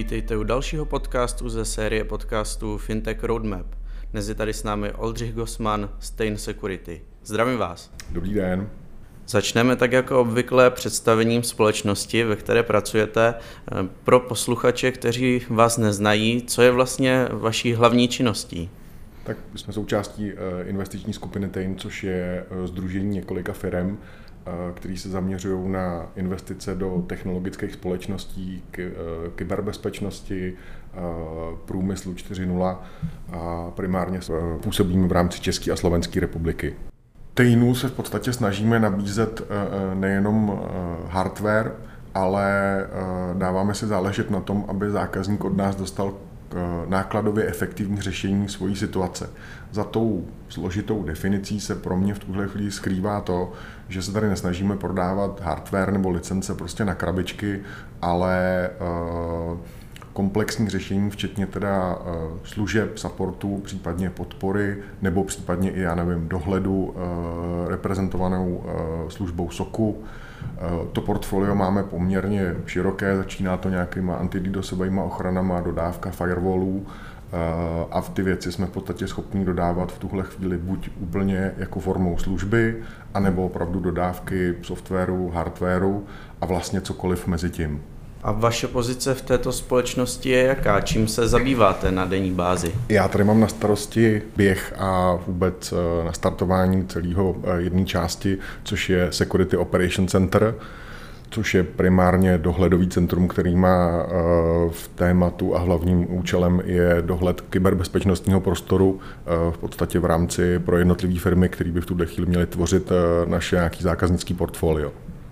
Vítejte u dalšího podcastu ze série podcastů Fintech Roadmap. Dnes je tady s námi Oldřich Gossman, Stein Security. Zdravím vás. Dobrý den. Začneme tak jako obvykle představením společnosti, ve které pracujete. Pro posluchače, kteří vás neznají, co je vlastně vaší hlavní činností? Tak jsme součástí investiční skupiny Tein, což je sdružení několika firem, který se zaměřují na investice do technologických společností, kyberbezpečnosti, průmyslu 4.0 a primárně působíme v rámci České a Slovenské republiky. Teinu se v podstatě snažíme nabízet nejenom hardware, ale dáváme si záležet na tom, aby zákazník od nás dostal nákladově efektivní řešení svojí situace. Za tou složitou definicí se pro mě v tuhle chvíli skrývá to, že se tady nesnažíme prodávat hardware nebo licence prostě na krabičky, ale komplexní řešení, včetně teda služeb, supportu, případně podpory, nebo případně i, dohledu reprezentovanou službou SOCu. To portfolio máme poměrně široké, začíná to nějakýma antididosovými ochranama, dodávka firewallů a ty věci jsme v podstatě schopni dodávat v tuhle chvíli buď úplně jako formou služby, anebo opravdu dodávky softwaru, hardwaru a vlastně cokoliv mezi tím. A vaše pozice v této společnosti je jaká? Čím se zabýváte na denní bázi? Já tady mám na starosti běh a vůbec nastartování celého jedné části, což je Security Operation Center, což je primárně dohledový centrum, který má v tématu a hlavním účelem je dohled kyberbezpečnostního prostoru v podstatě v rámci pro jednotlivé firmy, které by v tuhle chvíli měly tvořit naše nějaký zákaznický portfolio.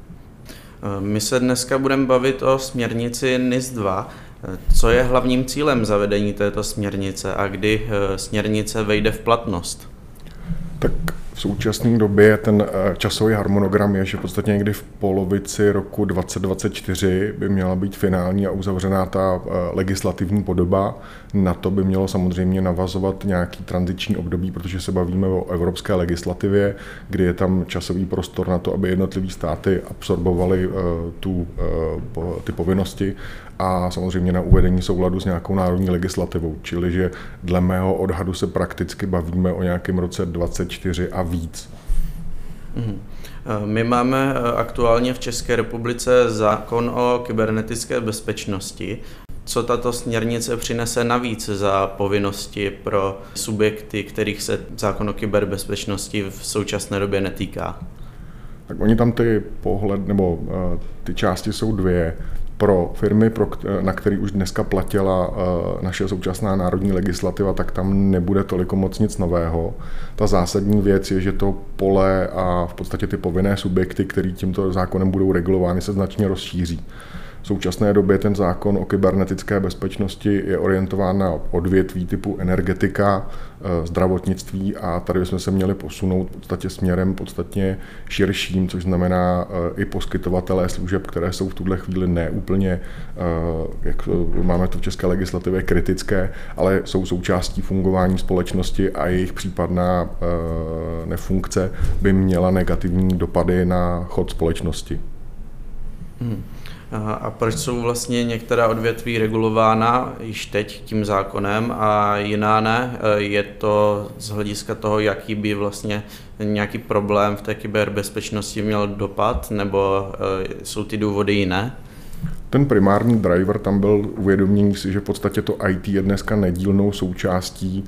My se dneska budeme bavit o směrnici NIS-2. Co je hlavním cílem zavedení této směrnice a kdy směrnice vejde v platnost? Tak v současné době ten časový harmonogram je, že v podstatě někdy v polovici roku 2024 by měla být finální a uzavřená ta legislativní podoba. Na to by mělo samozřejmě navazovat nějaký tranziční období, protože se bavíme o evropské legislativě, kdy je tam časový prostor na to, aby jednotlivé státy absorbovaly ty povinnosti a samozřejmě na uvedení souladu s nějakou národní legislativou. Čili, že dle mého odhadu se prakticky bavíme o nějakém roce 2024 a víc. My máme aktuálně v České republice zákon o kybernetické bezpečnosti. Co tato směrnice přinese navíc za povinnosti pro subjekty, kterých se zákon o kyberbezpečnosti v současné době netýká? Tak oni tam ty části jsou dvě. Pro firmy, na které už dneska platila naše současná národní legislativa, tak tam nebude toliko moc nic nového. Ta zásadní věc je, že to pole a v podstatě ty povinné subjekty, které tímto zákonem budou regulovány, se značně rozšíří. V současné době ten zákon o kybernetické bezpečnosti je orientován na odvětví typu energetika, zdravotnictví a tady bychom se měli posunout v podstatě směrem podstatně širším, což znamená i poskytovatelé služeb, které jsou v tuhle chvíli neúplně, jak máme to v české legislativě, kritické, ale jsou součástí fungování společnosti a jejich případná nefunkce by měla negativní dopady na chod společnosti. A proč jsou vlastně některá odvětví regulována již teď tím zákonem a jiná ne? Je to z hlediska toho, jaký by vlastně nějaký problém v té kyberbezpečnosti měl dopad, nebo jsou ty důvody jiné? Ten primární driver tam byl uvědomění si, že v podstatě to IT je dneska nedílnou součástí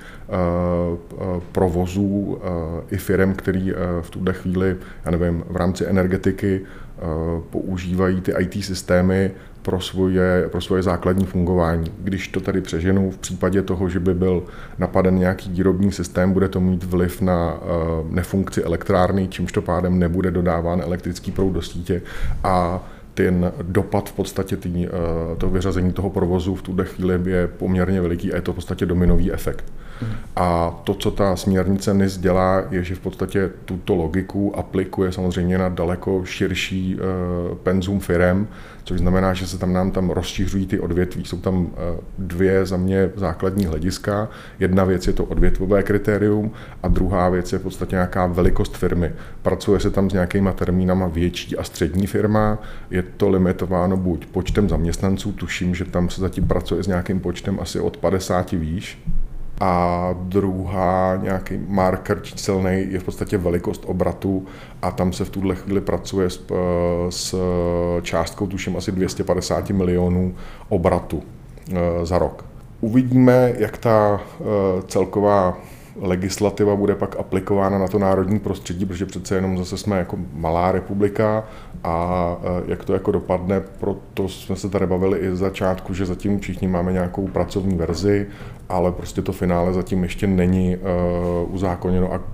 provozů i firem, který v tuhle chvíli, v rámci energetiky používají ty IT systémy pro svoje základní fungování. Když to tady přeženou v případě toho, že by byl napaden nějaký výrobní systém, bude to mít vliv na nefunkci elektrárny, čímž to pádem nebude dodáván elektrický proud do sítě a ten dopad v podstatě to vyřazení toho provozu v tuhle chvíli je poměrně veliký a je to v podstatě dominový efekt. A to, co ta směrnice NIS dělá, je, že v podstatě tuto logiku aplikuje samozřejmě na daleko širší penzum firem, což znamená, že se nám tam rozšiřují ty odvětví. Jsou tam dvě za mě základní hlediska. Jedna věc je to odvětvové kritérium a druhá věc je v podstatě nějaká velikost firmy. Pracuje se tam s nějakýma termínama větší a střední firma. Je to limitováno buď počtem zaměstnanců, tuším, že tam se zatím pracuje s nějakým počtem asi od 50 výš. A druhá nějaký marker číselný je v podstatě velikost obratu a tam se v tuhle chvíli pracuje s částkou tuším asi 250 milionů obratu za rok. Uvidíme, jak ta celková legislativa bude pak aplikována na to národní prostředí, protože přece jenom zase jsme jako malá republika a jak to jako dopadne, proto jsme se tady bavili i z začátku, že zatím všichni máme nějakou pracovní verzi, ale prostě to finále zatím ještě není uzákoněno a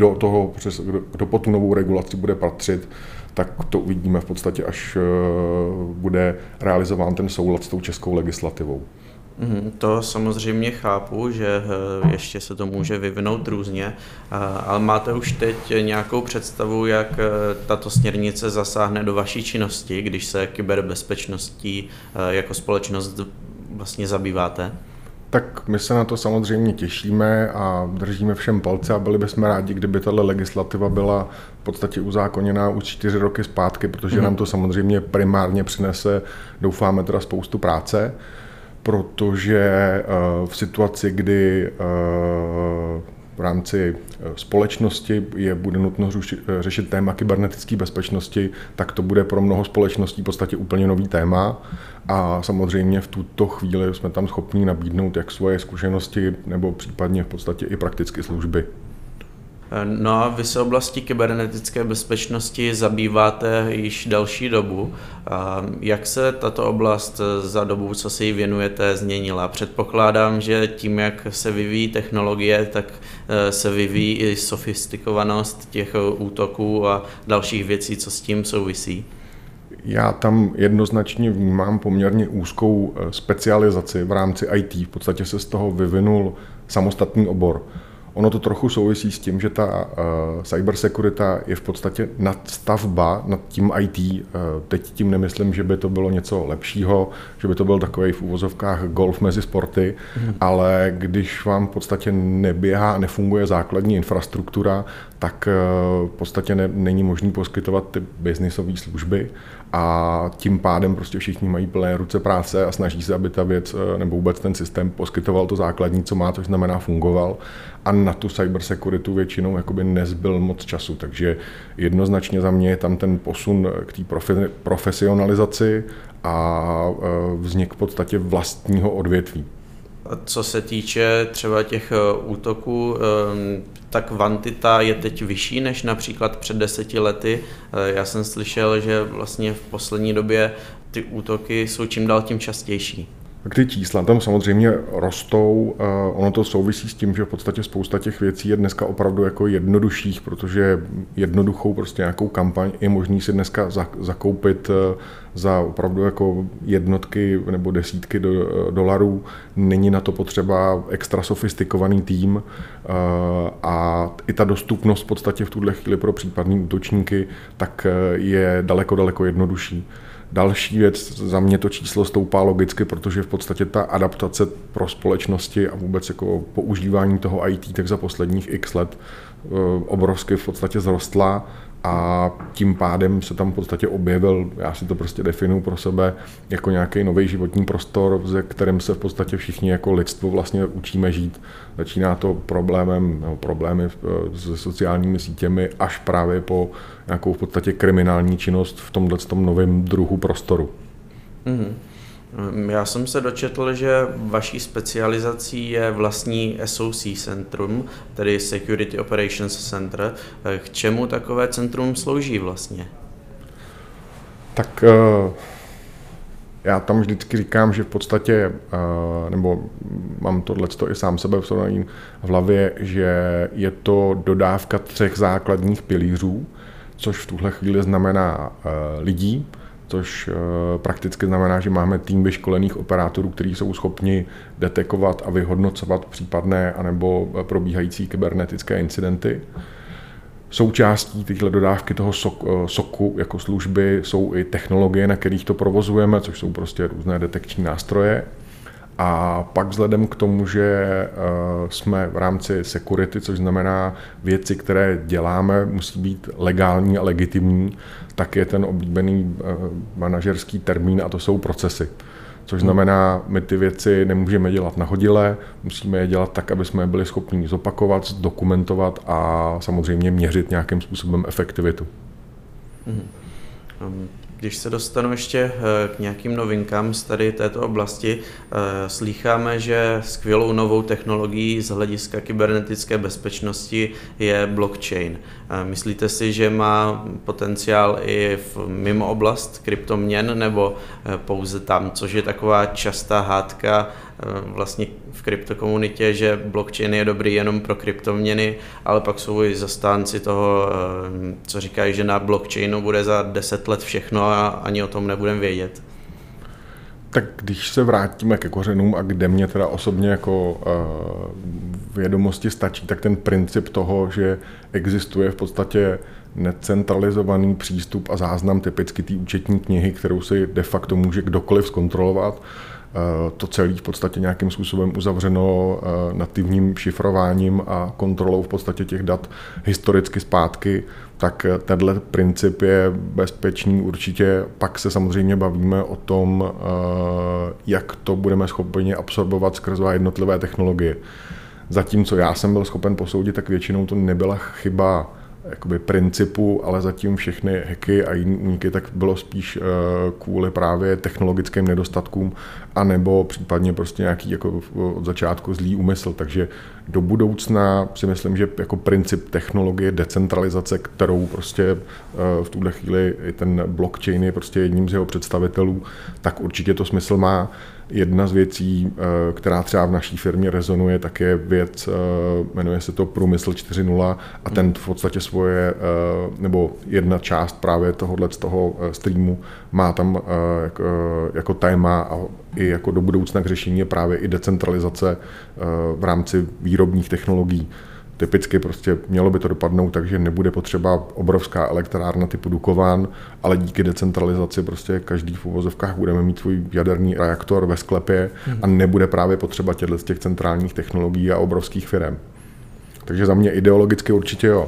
kdo po tu novou regulaci bude patřit, tak to uvidíme v podstatě, až bude realizován ten soulad s tou českou legislativou. To samozřejmě chápu, že ještě se to může vyvinout různě, ale máte už teď nějakou představu, jak tato směrnice zasáhne do vaší činnosti, když se kyberbezpečností jako společnost vlastně zabýváte? Tak my se na to samozřejmě těšíme a držíme všem palce a byli bychom rádi, kdyby tato legislativa byla v podstatě uzákoněná už 4 roky zpátky, protože nám to samozřejmě primárně přinese, doufáme, teda spoustu práce, protože v situaci, kdy v rámci společnosti bude nutno řešit téma kybernetické bezpečnosti, tak to bude pro mnoho společností v podstatě úplně nový téma a samozřejmě v tuto chvíli jsme tam schopni nabídnout jak svoje zkušenosti nebo případně v podstatě i praktické služby. No a vy se oblasti kybernetické bezpečnosti zabýváte již další dobu. Jak se tato oblast za dobu, co se jí věnujete, změnila? Předpokládám, že tím, jak se vyvíjí technologie, tak se vyvíjí i sofistikovanost těch útoků a dalších věcí, co s tím souvisí. Já tam jednoznačně vnímám poměrně úzkou specializaci v rámci IT. V podstatě se z toho vyvinul samostatný obor. Ono to trochu souvisí s tím, že ta cybersecurita je v podstatě nadstavba nad tím IT. Teď tím nemyslím, že by to bylo něco lepšího, že by to byl takový v uvozovkách golf mezi sporty, ale když vám v podstatě neběhá a nefunguje základní infrastruktura, tak v podstatě není možné poskytovat ty biznisové služby a tím pádem prostě všichni mají plné ruce práce a snaží se, aby ta věc nebo vůbec ten systém poskytoval to základní, co má, což znamená fungoval. A na tu cybersecuritu většinou jakoby nezbyl moc času, takže jednoznačně za mě je tam ten posun k té profesionalizaci a vznik v podstatě vlastního odvětví. Co se týče třeba těch útoků, ta kvantita je teď vyšší než například před 10 lety. Já jsem slyšel, že vlastně v poslední době ty útoky jsou čím dál tím častější. Tak ty čísla tam samozřejmě rostou, ono to souvisí s tím, že v podstatě spousta těch věcí je dneska opravdu jako jednodušších, protože jednoduchou prostě nějakou kampaň je možný si dneska zakoupit za opravdu jako jednotky nebo desítky dolarů. Není na to potřeba extra sofistikovaný tým a i ta dostupnost v podstatě v tuhle chvíli pro případný útočníky tak je daleko jednodušší. Další věc, za mě to číslo stoupá logicky, protože v podstatě ta adaptace pro společnosti a vůbec jako používání toho IT tak za posledních x let obrovsky v podstatě zrostla a tím pádem se tam v podstatě objevil, já si to prostě definuji pro sebe, jako nějaký nový životní prostor, se kterým se v podstatě všichni jako lidstvo vlastně učíme žít. Začíná to problémy se sociálními sítěmi až právě po nějakou v podstatě kriminální činnost v tomhletom novém druhu prostoru. Já jsem se dočetl, že vaší specializací je vlastní SOC centrum, tedy Security Operations Center. K čemu takové centrum slouží vlastně? Tak já tam vždycky říkám, že v podstatě, nebo mám tohleto i sám sebe v hlavě, že je to dodávka 3 základních pilířů, což v tuhle chvíli znamená lidí, což prakticky znamená, že máme tým vyškolených operátorů, kteří jsou schopni detekovat a vyhodnocovat případné anebo probíhající kybernetické incidenty. Součástí téhle dodávky toho SOCu jako služby jsou i technologie, na kterých to provozujeme, což jsou prostě různé detekční nástroje. A pak vzhledem k tomu, že jsme v rámci security, což znamená věci, které děláme, musí být legální a legitimní, tak je ten oblíbený manažerský termín a to jsou procesy. Což znamená, my ty věci nemůžeme dělat nahodile, musíme je dělat tak, aby jsme je byli schopni zopakovat, zdokumentovat a samozřejmě měřit nějakým způsobem efektivitu. Když se dostanu ještě k nějakým novinkám z tady této oblasti, slýcháme, že skvělou novou technologií z hlediska kybernetické bezpečnosti je blockchain. Myslíte si, že má potenciál i mimo oblast kryptoměn nebo pouze tam, což je taková častá hádka vlastně v kryptokomunitě, že blockchain je dobrý jenom pro kryptoměny, ale pak jsou i zastánci toho, co říkají, že na blockchainu bude za 10 let všechno a ani o tom nebudeme vědět. Tak když se vrátíme ke kořenům a kde mě teda osobně jako vědomosti stačí, tak ten princip toho, že existuje v podstatě necentralizovaný přístup a záznam typicky té účetní knihy, kterou si de facto může kdokoliv zkontrolovat, to celé v podstatě nějakým způsobem uzavřeno nativním šifrováním a kontrolou v podstatě těch dat historicky zpátky, tak tenhle princip je bezpečný určitě. Pak se samozřejmě bavíme o tom, jak to budeme schopni absorbovat skrze jednotlivé technologie. Zatímco já jsem byl schopen posoudit, tak většinou to nebyla chyba jakoby principu, ale zatím všechny hacky a jiný úniky tak bylo spíš kvůli právě technologickým nedostatkům a nebo případně prostě nějaký jako od začátku zlý úmysl. Takže do budoucna si myslím, že jako princip technologie decentralizace, kterou prostě v tuhle chvíli i ten blockchain je prostě jedním z jeho představitelů, tak určitě to smysl má. Jedna z věcí, která třeba v naší firmě rezonuje, tak je věc, jmenuje se to Průmysl 4.0 a ten v podstatě svoje, nebo jedna část právě tohohle z toho streamu má tam jako téma a i jako do budoucna k řešení je právě i decentralizace v rámci výrobních technologií. Typicky prostě mělo by to dopadnout tak, že nebude potřeba obrovská elektrárna typu Dukovan, ale díky decentralizaci prostě každý v uvozovkách budeme mít svůj jaderný reaktor ve sklepě a nebude právě potřeba z těch centrálních technologií a obrovských firem. Takže za mě ideologicky určitě jo.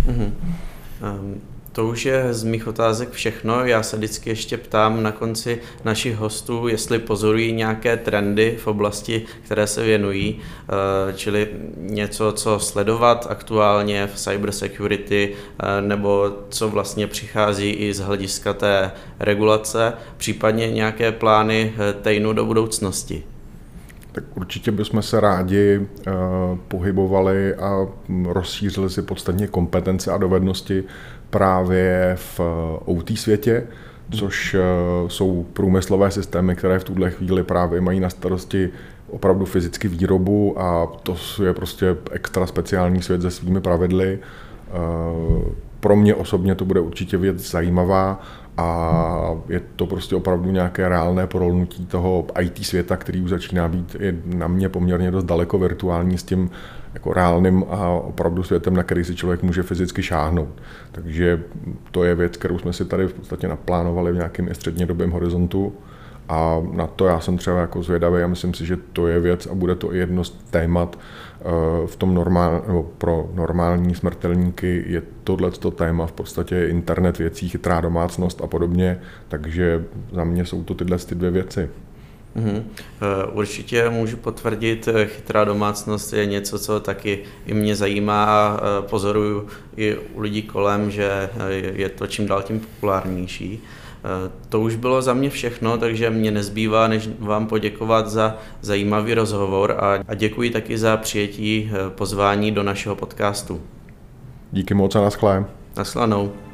To už je z mých otázek všechno. Já se vždycky ještě ptám na konci našich hostů, jestli pozorují nějaké trendy v oblasti, které se věnují, čili něco, co sledovat aktuálně v cybersecurity, nebo co vlastně přichází i z hlediska té regulace, případně nějaké plány Tejnu do budoucnosti. Tak určitě bychom se rádi pohybovali a rozšířili si podstatně kompetence a dovednosti právě v OT světě, což jsou průmyslové systémy, které v tuhle chvíli právě mají na starosti opravdu fyzicky výrobu a to je prostě extra speciální svět se svými pravidly. Pro mě osobně to bude určitě věc zajímavá a je to prostě opravdu nějaké reálné prolnutí toho IT světa, který už začíná být i na mě poměrně dost daleko virtuální s tím jako reálným a opravdu světem, na který si člověk může fyzicky šáhnout. Takže to je věc, kterou jsme si tady v podstatě naplánovali v nějakém střednědobém horizontu a na to já jsem třeba jako zvědavý a myslím si, že to je věc a bude to i jedno z témat v tom pro normální smrtelníky je tohleto téma v podstatě internet věcí, chytrá domácnost a podobně, takže za mě jsou to tyhle dvě věci. Určitě můžu potvrdit, chytrá domácnost je něco, co taky i mě zajímá a pozoruju i u lidí kolem, že je to čím dál tím populárnější. To už bylo za mě všechno, takže mě nezbývá, než vám poděkovat za zajímavý rozhovor a děkuji taky za přijetí pozvání do našeho podcastu. Díky moc a naschle. Naschledanou.